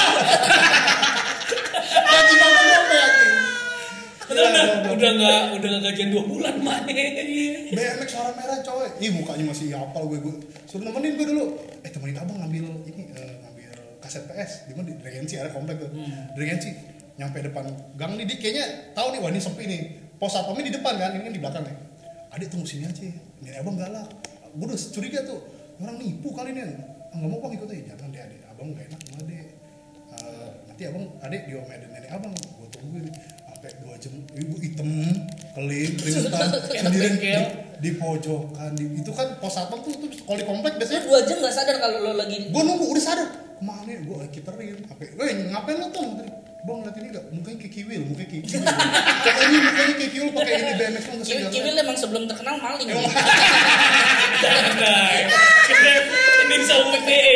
Gaji mak gue gope anjing. Udah udah udah nggak udah nggak gajian dua bulan mana. B M X warna merah coy. Ih mukanya masih hafal gue. Gue suruh nemenin gue dulu. Eh temenin abang ngambil ini eh, ngambil kaset P S. Di mana di Regency ada komplek tuh. Di Regency nyampe depan gang nih dia kayaknya tahu nih wah ini sepi nih. Pos satpamnya di depan kan, ini kan di belakang nih. Adik tunggu sini aja. Ini abang galak. Gue udah curiga tuh. Orang nipu kali ini. Enggak mau bang ikut aja. Jangan deh adik. Abang enggak enak sama adik. Uh, nanti abang adik diomelin nenek abang. Gue tungguin. Sampai dua jam. Ibu hitam, keling, keringetan, sendirian di, di pojokan. Di, itu kan pos satpam tuh, tuh kalau di komplek Lu biasanya. dua jam nggak sadar kalau lo lagi. Gue nunggu udah sadar. Kemana ya? Gue kiterin. Sampai, weh ngapain lo tuh? Bang liat ini gak? Mukanya kayak kiwil, mukanya kayak kiwil. Pokoknya mukanya kayak kiwil pakai ini B M X lo nggak Kiwil, Kiwil emang sebelum terkenal maling. Jangan. Kita ini bisa U P E.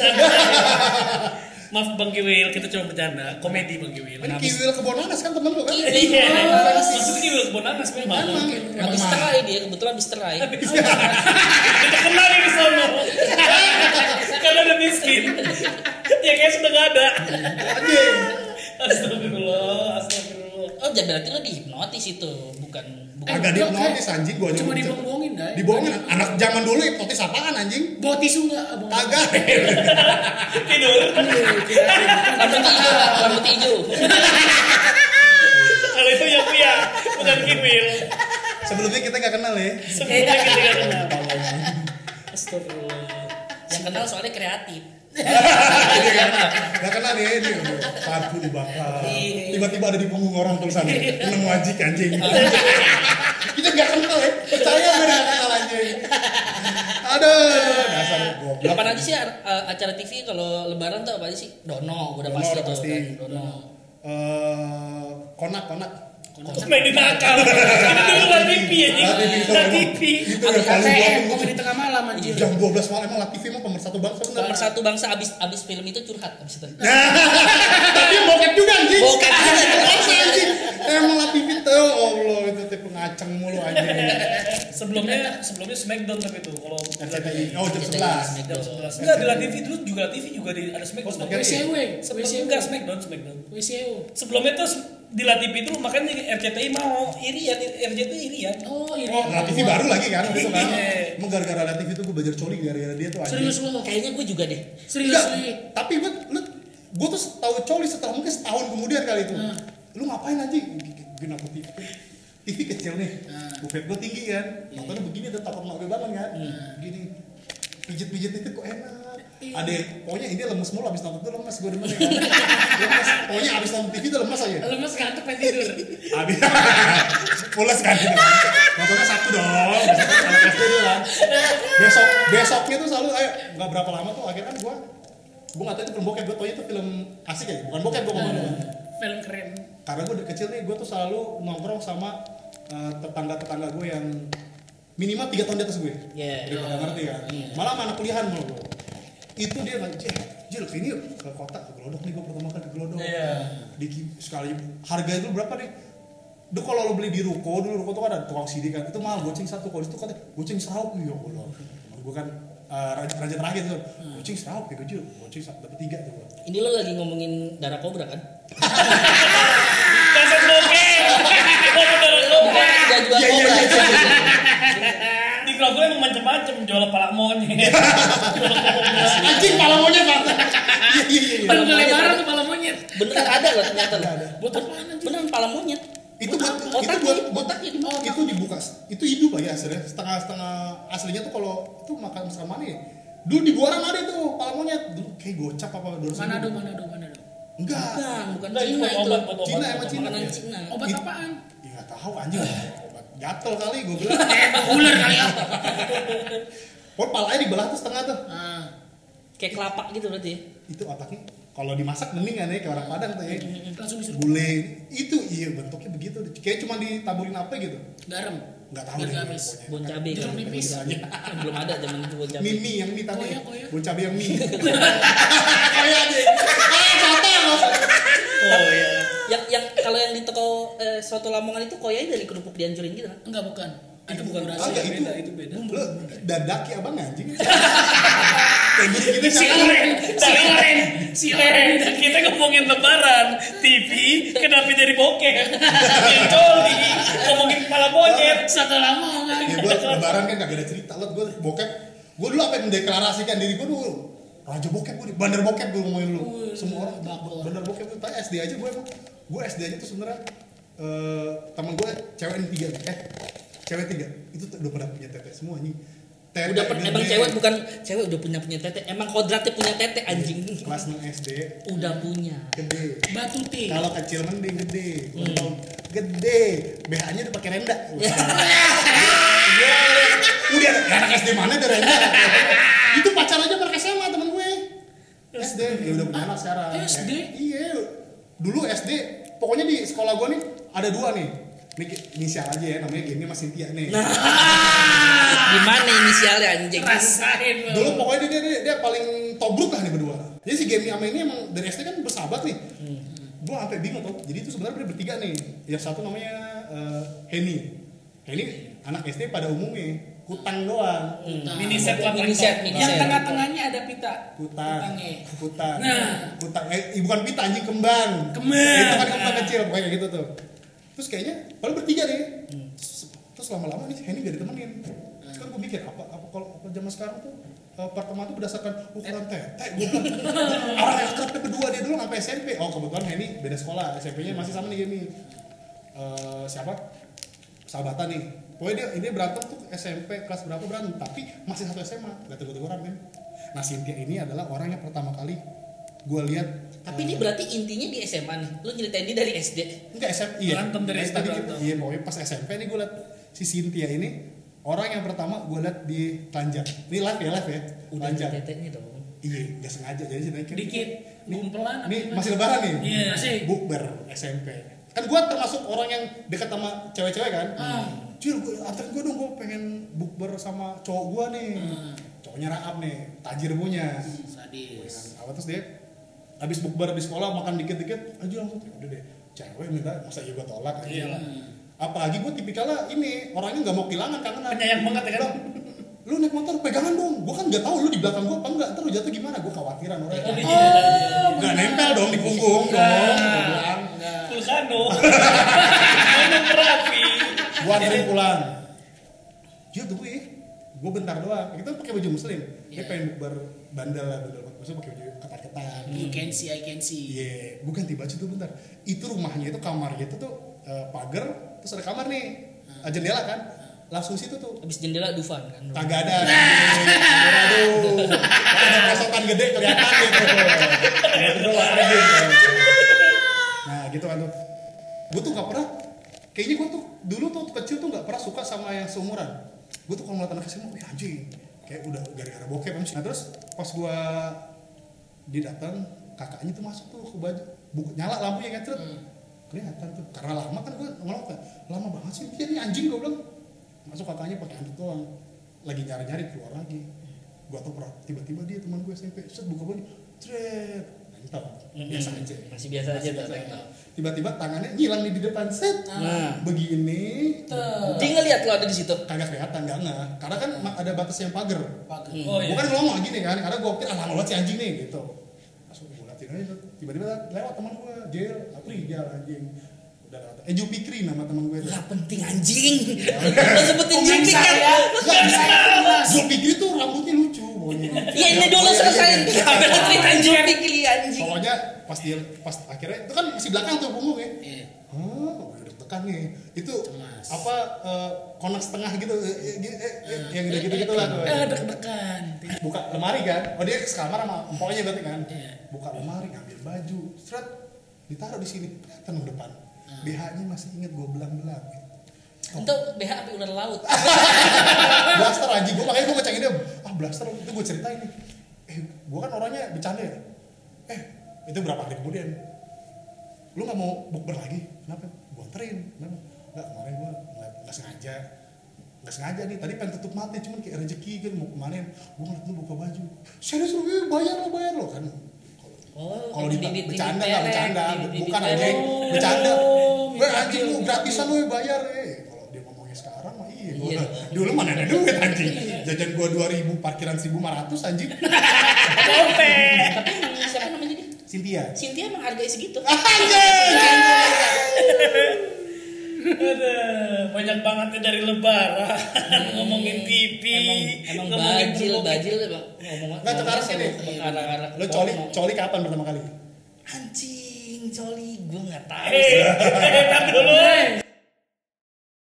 Maaf Bang Kiwil, kita cuma bercanda. Komedi Bang Kiwil. Ini kiwil kebon nanas kan temen lo kan? Kiwil. Iya. Oh. Maksudnya Kiwil Bonanas memang. Habis terai dia, kebetulan habis terai. Kita kenal di sono. Karena ada miskin. Ya kayak sudah nggak ada. Anjing. Astagfirullah, astagfirullah. Oh, jadi berarti lo dihipnotis itu, bukan bukan. Agak dihipnotis anjing gua Cuma nyoba. dibohongin dah. Dibohongin. Anak zaman dulu hipnotis apaan anjing? Bawa tisu enggak, Abang? Kagak. Tidur. Rambut hijau, rambut hijau. Kalau itu yang Pia, bukan Kiwil. Sebelumnya kita nggak kenal ya. Sebenarnya kita nggak kenal. Astagfirullah. Yang kenal soalnya kreatif. Gak kenal ya ini. Parfum dibakar. Tiba-tiba ada di punggung orang tulisannya. Nemu wajik anjing. Kita nggak kenal ya. Percaya gue nggak kenal anjing. Aduh. Dasar goblok. Kapan aja sih uh, acara T V kalau lebaran tuh apa aja sih? Dono, udah Dono pasti udah tuh pasti. kan. Dono. Eh, konak konak. Komedi nakal. Ini dulu La T V ya, La T V. Itu yang paling K T M gua komedi tengah malam anjir. jam dua belas malam emang La T V emang pemersatu bangsa bener. Pemersatu bangsa abis abis film itu curhat abis itu. Tapi bokep juga anjing. Bokep juga. Bokep anjing. Emang La T V tuh, oh Allah itu tipe ngaceng mulu anjing. Sebelumnya sebelumnya Smackdown tapi itu kalau R C T I. Oh jam sebelas. jam sebelas. Enggak di La T V dulu juga La T V juga di ada Smackdown. Oh, W C W, Sebelum enggak Smackdown, Smackdown. W C W. Sebelumnya tuh di La T V itu makanya R C T I mau Irian, R J itu Irian. Oh, ini. Oh, La T V baru lagi kan waktu itu kan. Iya. Emang gara-gara La T V itu gue belajar coli gara-gara dia tuh anjing. Serius lu? Kayaknya gue juga deh. Serius Enggak, lu? tapi lu, lu gue tuh tahu coli setelah mungkin setahun kemudian kali itu. Hmm. Lu ngapain anjing? Bikin aku T V. T V kecil nih. Hmm. Bufet gue tinggi kan. Makanya begini ada takut mak gue banget kan. Hmm. Gini. Pijet-pijet itu kok enak. Iya. Ada yang, pokoknya ini lemes mulu abis nonton tuh lemes gue demen ya kan. Lemes. Pokoknya abis nonton T V tuh lemes aja. Lemes ngantuk pengen tidur. Abis pulas kan gitu. Nontonnya Sabtu dong. Besoknya Sabtu dulu kan. Besok besoknya tuh selalu eh nggak berapa lama tuh akhirnya kan gue gue nggak tahu itu film bokep, gue tau itu film asik ya, bukan bokep gue ngomong. Film keren. Karena gue dari kecil nih gue tuh selalu nongkrong sama uh, tetangga-tetangga gue yang minimal tiga tahun di atas gue. Iya. Udah pada ngerti kan. Malah sama anak kuliahan mulu gue. Itu dia nanya, Jil, Jil, ini yuk ke kota, ke Glodok nih, gue pertama kali ke Glodok. Iya. Di sekali harga itu berapa nih? Duh kalau lo beli di ruko, dulu ruko tuh kan ada tukang sidik kan, itu mahal goceng satu, kalau itu katanya goceng seraup, ya Allah. Gue kan uh, raja, raja terakhir tuh, goceng seraup ya Jil, goceng dapat tiga tuh. Ini lo lagi ngomongin darah kobra kan? Kaset bokep. Bukan tidak jual Iya, iya, kobra. iya. Di Grogol emang macam-macam, jual kepala monyet. Anjing pala monyet Pak. Iya iya iya. Paling lebaran tuh kepala monyet. Beneran ada loh ternyata loh. Ada. Buat apaan anjir? Beneran pala monyet. Itu buat itu Otaknya, buat buat otaknya di mana? itu dibuka, itu hidup lagi aslinya, setengah-setengah aslinya tuh kalau itu makan makan mana ya? Dulu di Buaran ada tuh pala monyet, dulu kayak gocap apa dua ratus. Manado, Manado, Manado. Enggak. Bukan, bukan Enggak, itu Cina buat itu. obat, buat obat. Cina emang Cina. Makanan Ya. Cina. Obat It- apaan? Ya nggak tahu anjing. Obat gatel kali gue bilang. Ular kali ya. Oh palanya dibelah tuh setengah tuh. Ah. Kayak kelapa gitu berarti ya. Itu otaknya kalau dimasak mending kan ya kayak orang Padang tuh ya. Langsung disuruh Gulai itu iya bentuknya begitu. Kayak cuma ditaburin apa gitu. garam. Nggak tahu Biar deh. nggak habis. pokoknya. Bon cabe kan. Jeruk nipis. Kan belum ada zaman itu bon cabe. Mie mie yang mie tadi. Koya, koya. Bon cabe yang mie. Koya aja. Ah, sotong. Oh iya. Yang yang kalau yang di toko eh, soto Lamongan itu koyai dari kerupuk dihancurin gitu kan? Enggak, bukan. Itu bukan Ah, rahasia. enggak, itu beda, itu beda. Lu dadaki abang anjing. Kayak gini-gini Si Oren, si Oren, si Oren. Kita ngomongin lebaran, T V, kenapa jadi bokep? Coli, ngomongin kepala monyet. Satu Lamongan. Ya gue lebaran kan kagak ada cerita lo, gue bokep. Gue dulu apa yang mendeklarasikan diri gue dulu. Raja bokep gue, bandar bokep gue ngomongin lu. Wih, Semua orang bakor. bandar bokep tuh. Tapi S D aja gue emang, gue S D aja tuh sebenarnya eh teman gue cewek ini tiga, eh cewek tiga itu tuh udah pada punya tete semua nih. Tete Udah pen- gede. emang cewek bukan cewek udah punya punya tete. Emang kodratnya punya tete anjing. Kelas enam S D Udah punya. gede. Batu T. Kalau kecil mending gede, Hmm. tahun gede, B H-nya udah pakai renda. Udah anak S D mana ada renda? Itu pacar aja mereka S M A temen gue. S D, ya udah punya anak sekarang. S D? Eh, iya, dulu S D, pokoknya di sekolah gue nih ada dua nih. Ini inisial aja ya, namanya Gini sama Cynthia nih. Nah, gimana inisialnya anjing? Rasain lo. Dulu pokoknya dia, dia, dia paling tobruk lah nih berdua. Jadi si Gemi sama ini emang dari S D kan bersahabat nih. Hmm. Gue sampai bingung tuh. Jadi itu sebenarnya dia bertiga nih. Yang satu namanya uh, Henny. Henny anak S D pada umumnya kutang doang. Nah, Mini set lah, Mini set, mini Yang set. tengah-tengahnya ada pita. Kutang, Kutangnya. kutang, Nah. kutang. Eh, bukan pita anjing kembang. Kembang. Itu kan kembang kecil pokoknya kayak gitu tuh. Terus kayaknya paling bertiga nih. Terus, terus lama-lama nih Henny gak ditemenin. Terus kan gue mikir apa apa kalau apa zaman sekarang tuh uh, pertemanan tuh berdasarkan ukuran tete. Gue orang yang akrabnya berdua dia dulu sampai S M P. Oh kebetulan Henny beda sekolah. S M P-nya masih sama nih Gemi. Uh, siapa? Sahabatan nih. Pokoknya dia ini berantem tuh S M P kelas berapa berantem, tapi masih satu S M A, gak tegur-teguran kan. Nah Cynthia ini adalah orang yang pertama kali gue lihat. Tapi ini berarti intinya di S M A nih. Lu nyeritain dia dari S D. Enggak S M P, iya. Berantem dari Nah, S D tadi berantem. kita- Iya, pokoknya pas S M P nih gue lihat si Cynthia ini orang yang pertama gue lihat di Telanjang. Ini live ya, live ya. Udah Telanjang. tetenya dong. Iya, gak sengaja jadi sih naik. Dikit. Gumpelan. Nih masih lebaran nih. Iya. Masih. Bukber S M P. kan gue termasuk orang yang dekat sama cewek-cewek kan. Ah. Cil, gue anterin gue dong, gue pengen bukber sama cowok gue nih. Hmm. Cowoknya Raab nih, tajir punya. Sadis. Apa terus dia habis bukber di sekolah makan dikit-dikit aja langsung udah deh cewek minta masa iya gue tolak aja. Iya. Apalagi gue tipikalnya ini orangnya nggak mau kehilangan kangenan. Penyayang banget ya kan? Bang, lu naik motor pegangan dong, gue kan nggak tahu lu di belakang gue apa enggak, ntar lu jatuh gimana, gue khawatiran orangnya. Oh, Nggak iya. nempel dong di punggung dong, gue bilang. Enggak. Vulcano. Monografi. Gue anterin pulang. Dia tunggu ya, gue bentar doang. Kita pakai baju muslim, dia Iya. pengen bukber bandel lah, bandel. Maksudnya pakai baju ketat-ketat. You can see, I can see. Iya, yeah. gue ganti baju tuh bentar. Itu rumahnya itu kamarnya itu tuh uh, pagar, terus ada kamar nih, uh, jendela kan, langsung situ tuh. Habis jendela Dufan kan. Kagak ada. Aduh, ada pesokan gede kelihatan gitu. Itu warna gitu. Nah gitu kan tuh. Gue tuh nggak pernah. Kayaknya gue tuh dulu tuh kecil tuh nggak pernah suka sama yang seumuran. Gue tuh kalau ngeliat anak S M A, wih anjing, kayak udah gara-gara bokep. Nah terus pas gue dia datang, kakaknya tuh masuk tuh ke baju, buka, nyala lampunya ngecret, hmm. kelihatan tuh. Karena lama kan gue ngomong kan, lama banget sih dia nih anjing, gue bilang. Masuk kakaknya pakai anduk doang, lagi nyari-nyari keluar lagi. Gue tau pernah tiba-tiba dia teman gue S M P, set buka baju, cret, nempel, biasa aja. Masih biasa aja tuh. Tiba-tiba tangannya ngilang nih di depan, set, Nah. begini. Tuh. Dia ngeliat lo ada di situ. Kagak kelihatan, enggak enggak. Karena kan ada batas yang pagar. Pakai. Oh iya. Bukan ngomong gini kan, karena gue pikir ah lama banget si anjing nih gitu. Langsung gue liatin aja tuh. Tiba-tiba lewat teman gue, Jel, Apri, Jel anjing. Udah lewat. Eh Jupikri nama teman gue tuh. Gak penting anjing. Lo sebutin Jupik kan. Jupikri tuh rambutnya lucu pokoknya. Ya ini dulu selesai. Sampai cerita Jupik anjing. Pokoknya pas dia pas akhirnya itu kan masih belakang tuh punggung ya. Iya. Oh, udah tekan nih. Itu Cemas. apa uh, konak setengah gitu eh, eh, eh, eh, yang udah gitu-gitu lah tuh. Eh, deg-degan. Buka lemari kan. Oh dia ke kamar sama empoknya berarti kan. Iya. Buka lemari ngambil baju, seret ditaruh di sini kelihatan ke depan. B H-nya masih inget gue belang-belang. Itu B H api ular laut. Blaster anjing, gue makanya gue ngecengin dia. Ah blaster itu gue ceritain nih. Eh gue kan orangnya bercanda ya. Eh itu berapa hari kemudian? Lu nggak mau bukber lagi? Kenapa? Gue anterin. Kenapa? Nggak, kemarin gue nggak sengaja. Nggak sengaja nih. Tadi pengen tutup mata, cuman kayak rezeki kan mau kemarin. Gue ngeliat lu buka baju. Serius lu bayar lo bayar lo kan? Oh, Kalau di di- di- bercanda di- nggak di- bercanda, di- di- bukan di- anjing, oh, bercanda. minta Weh anjing deal, lu minta gratisan deal. lu bayar eh. Kalau dia ngomongnya sekarang mah iya, gua Iya. dulu mana ada duit anjing. Jajan gua dua ribu, parkiran seribu lima ratus anjing. Gope. Tapi emang siapa namanya dia? Cynthia. Cynthia menghargai segitu. Anjing. Aduh, banyak banget nih dari lebaran ngomongin T V, Emang emang ngomongin bajil berbagai- bajil emang ngomong Nggak, sekarang ngomongnya gini. selalu ke arah-arah Lu coli porno. coli kapan pertama kali? Anjing coli gue nggak tahu Eh, sih. eh, tar dulu.